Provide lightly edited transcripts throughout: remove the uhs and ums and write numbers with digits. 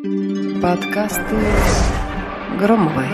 Подкасты Громовой.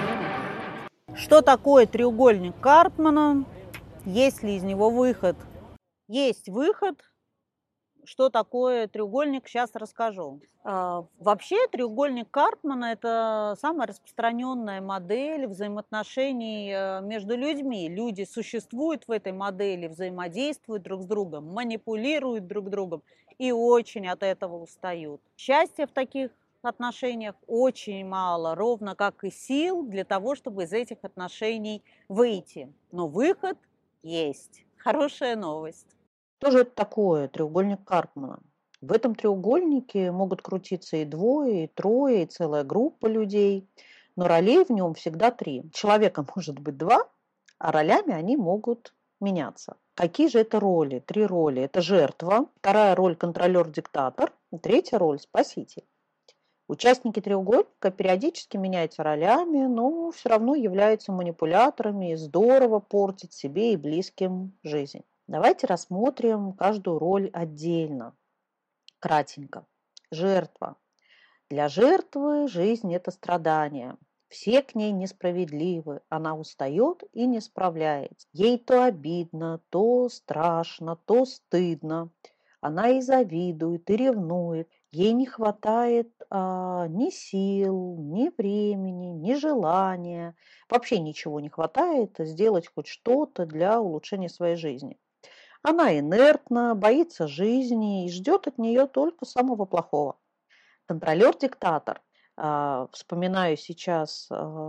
Что такое треугольник Карпмана? Есть ли из него выход? Есть выход. Что такое треугольник, сейчас расскажу. Вообще треугольник Карпмана – это самая распространенная модель взаимоотношений между людьми. Люди существуют в этой модели, взаимодействуют друг с другом, манипулируют друг другом и очень от этого устают. Счастья в таких отношениях очень мало, ровно как и сил для того, чтобы из этих отношений выйти. Но выход есть. Хорошая новость. Что же это такое треугольник Карпмана? В этом треугольнике могут крутиться и двое, и трое, и целая группа людей, но ролей в нем всегда три. Человека может быть два, а ролями они могут меняться. Какие же это роли? Три роли. Это жертва, вторая роль контролер-диктатор, и третья роль спаситель. Участники треугольника периодически меняются ролями, но все равно являются манипуляторами и здорово портят себе и близким жизнь. Давайте рассмотрим каждую роль отдельно, кратенько. Жертва. Для жертвы жизнь – это страдание. Все к ней несправедливы, она устает и не справляется. Ей то обидно, то страшно, то стыдно. Она и завидует, и ревнует. Ей не хватает ни сил, ни времени, ни желания. Вообще ничего не хватает сделать хоть что-то для улучшения своей жизни. Она инертна, боится жизни и ждет от нее только самого плохого. Контролер-диктатор. Вспоминаю сейчас,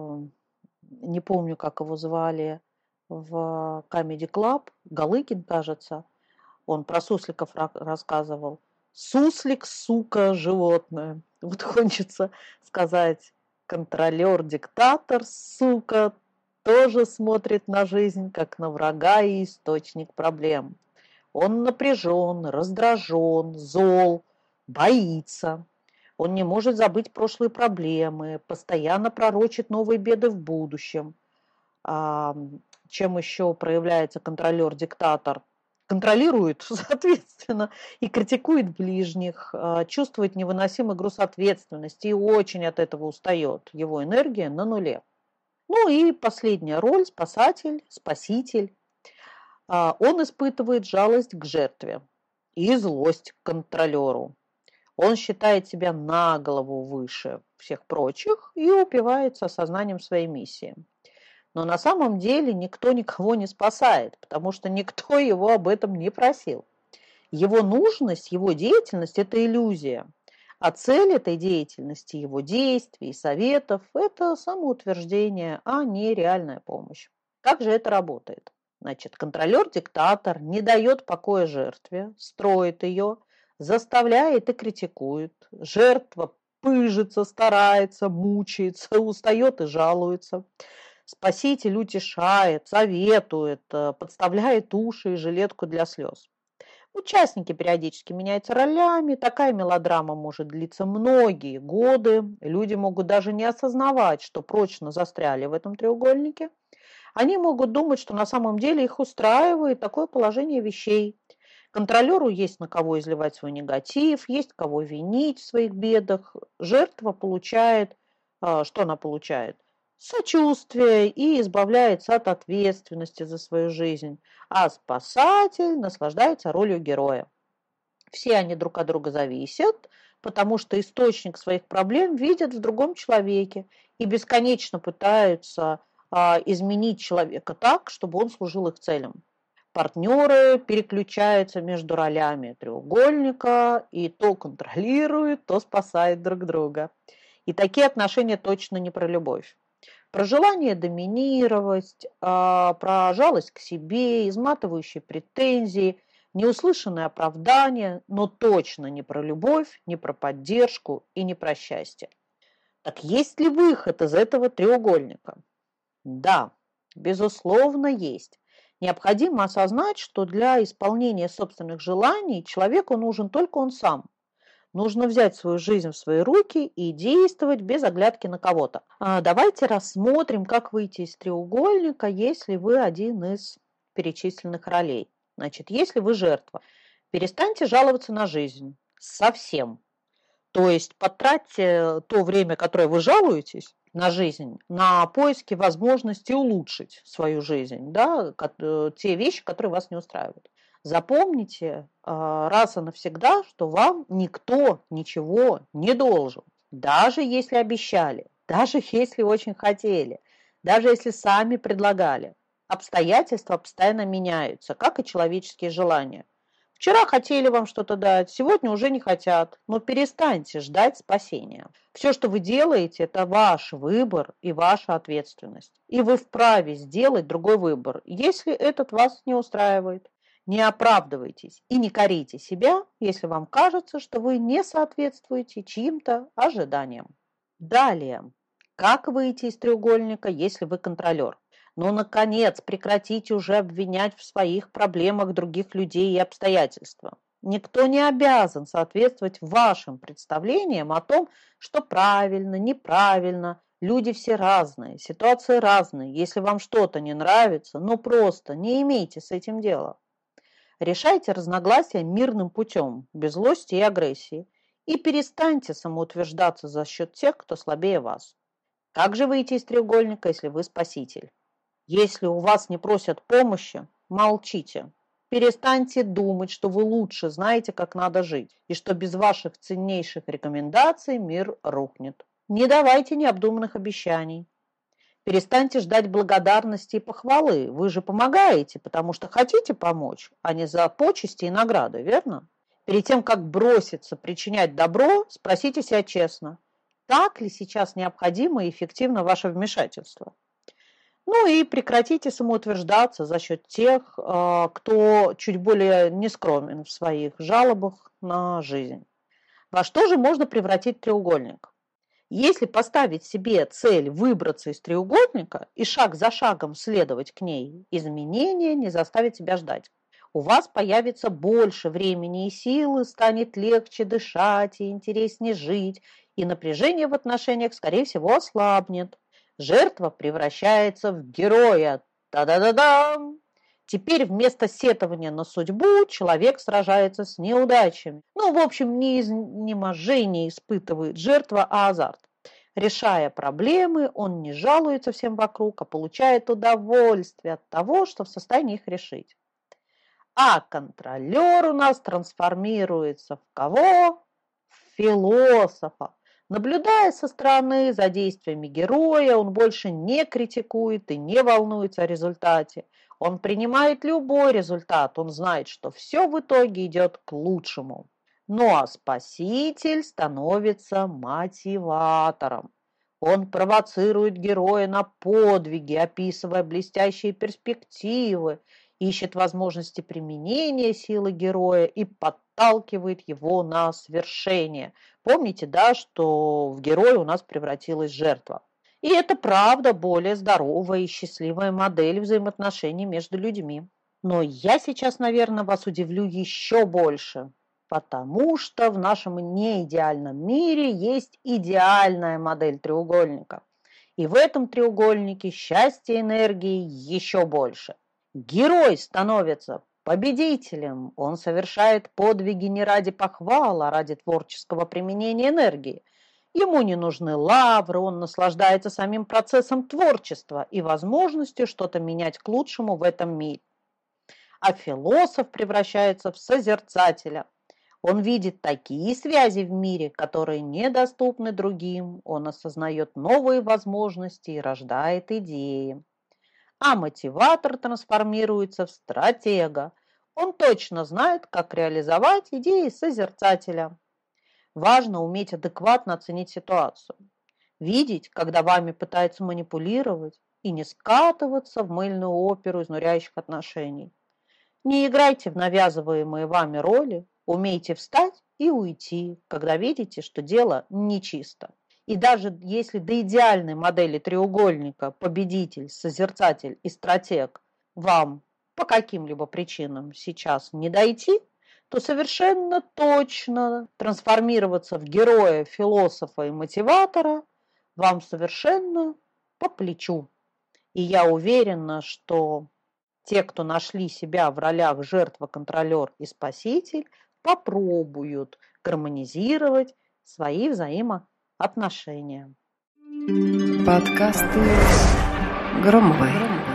не помню, как его звали в Comedy Club, Галыгин, кажется. Он про сусликов рассказывал. Суслик, сука, животное. Вот хочется сказать, контролер-диктатор, сука, тоже смотрит на жизнь, как на врага и источник проблем. Он напряжен, раздражен, зол, боится. Он не может забыть прошлые проблемы, постоянно пророчит новые беды в будущем. Чем еще проявляется контролер-диктатор? Контролирует, соответственно, и критикует ближних, чувствует невыносимый груз ответственности и очень от этого устает. Его энергия на нуле. Ну и последняя роль – спасатель, спаситель. Он испытывает жалость к жертве и злость к контролеру. Он считает себя на голову выше всех прочих и упивается осознанием своей миссии. Но на самом деле никто никого не спасает, потому что никто его об этом не просил. Его нужность, его деятельность – это иллюзия. А цель этой деятельности, его действий и советов – это самоутверждение, а не реальная помощь. Как же это работает? Значит, контролер-диктатор не дает покоя жертве, строит ее, заставляет и критикует. Жертва пыжится, старается, мучается, устает и жалуется. Спаситель утешает, советует, подставляет уши и жилетку для слез. Участники периодически меняются ролями, такая мелодрама может длиться многие годы. Люди могут даже не осознавать, что прочно застряли в этом треугольнике. Они могут думать, что на самом деле их устраивает такое положение вещей. Контролеру есть на кого изливать свой негатив, есть кого винить в своих бедах. Жертва получает, что она получает? Сочувствие и избавляется от ответственности за свою жизнь, а спасатель наслаждается ролью героя. Все они друг от друга зависят, потому что источник своих проблем видят в другом человеке и бесконечно пытаются изменить человека так, чтобы он служил их целям. Партнеры переключаются между ролями треугольника и то контролируют, то спасают друг друга. И такие отношения точно не про любовь. Про желание доминировать, про жалость к себе, изматывающие претензии, неуслышанные оправдания, но точно не про любовь, не про поддержку и не про счастье. Так есть ли выход из этого треугольника? Да, безусловно, есть. Необходимо осознать, что для исполнения собственных желаний человеку нужен только он сам. Нужно взять свою жизнь в свои руки и действовать без оглядки на кого-то. Давайте рассмотрим, как выйти из треугольника, если вы один из перечисленных ролей. Значит, если вы жертва, перестаньте жаловаться на жизнь совсем. То есть потратьте то время, которое вы жалуетесь на жизнь, на поиски возможности улучшить свою жизнь, да, те вещи, которые вас не устраивают. Запомните раз и навсегда, что вам никто ничего не должен. Даже если обещали, даже если очень хотели, даже если сами предлагали. Обстоятельства постоянно меняются, как и человеческие желания. Вчера хотели вам что-то дать, сегодня уже не хотят. Но перестаньте ждать спасения. Все, что вы делаете, это ваш выбор и ваша ответственность. И вы вправе сделать другой выбор, если этот вас не устраивает. Не оправдывайтесь и не корите себя, если вам кажется, что вы не соответствуете чьим-то ожиданиям. Далее. Как выйти из треугольника, если вы контролер? Ну, наконец, прекратите уже обвинять в своих проблемах других людей и обстоятельства. Никто не обязан соответствовать вашим представлениям о том, что правильно, неправильно. Люди все разные, ситуации разные. Если вам что-то не нравится, ну просто не имейте с этим дела. Решайте разногласия мирным путем, без злости и агрессии. И перестаньте самоутверждаться за счет тех, кто слабее вас. Как же выйти из треугольника, если вы спаситель? Если у вас не просят помощи, молчите. Перестаньте думать, что вы лучше знаете, как надо жить, и что без ваших ценнейших рекомендаций мир рухнет. Не давайте необдуманных обещаний. Перестаньте ждать благодарности и похвалы. Вы же помогаете, потому что хотите помочь, а не за почести и награды, верно? Перед тем, как броситься причинять добро, спросите себя честно, так ли сейчас необходимо и эффективно ваше вмешательство? Ну и прекратите самоутверждаться за счет тех, кто чуть более нескромен в своих жалобах на жизнь. Во что же можно превратить треугольник? Если поставить себе цель выбраться из треугольника и шаг за шагом следовать к ней, изменения не заставят себя ждать. У вас появится больше времени и силы, станет легче дышать и интереснее жить, и напряжение в отношениях, скорее всего, ослабнет. Жертва превращается в героя. Та-да-да-дам! Теперь вместо сетования на судьбу человек сражается с неудачами. Ну, в общем, не изнеможение испытывает жертва, а азарт. Решая проблемы, он не жалуется всем вокруг, а получает удовольствие от того, что в состоянии их решить. А контролер у нас трансформируется в кого? В философа. Наблюдая со стороны за действиями героя, он больше не критикует и не волнуется о результате. Он принимает любой результат, он знает, что все в итоге идет к лучшему. Ну а спаситель становится мотиватором. Он провоцирует героя на подвиги, описывая блестящие перспективы, ищет возможности применения силы героя и подталкивает его на свершение. Помните, да, что в героя у нас превратилась жертва. И это правда более здоровая и счастливая модель взаимоотношений между людьми. Но я сейчас, наверное, вас удивлю еще больше, потому что в нашем неидеальном мире есть идеальная модель треугольника. И в этом треугольнике счастье и энергии еще больше. Герой становится победителем. Он совершает подвиги не ради похвал, а ради творческого применения энергии. Ему не нужны лавры, он наслаждается самим процессом творчества и возможностью что-то менять к лучшему в этом мире. А философ превращается в созерцателя. Он видит такие связи в мире, которые недоступны другим. Он осознает новые возможности и рождает идеи. А мотиватор трансформируется в стратега. Он точно знает, как реализовать идеи созерцателя. Важно уметь адекватно оценить ситуацию. Видеть, когда вами пытаются манипулировать, и не скатываться в мыльную оперу изнуряющих отношений. Не играйте в навязываемые вами роли, умейте встать и уйти, когда видите, что дело нечисто. И даже если до идеальной модели треугольника победитель, созерцатель и стратег вам по каким-либо причинам сейчас не дойти, то совершенно точно трансформироваться в героя, философа и мотиватора вам совершенно по плечу. И я уверена, что те, кто нашли себя в ролях жертва, контролер и спаситель, попробуют гармонизировать свои взаимоотношения. Подкасты Громовой.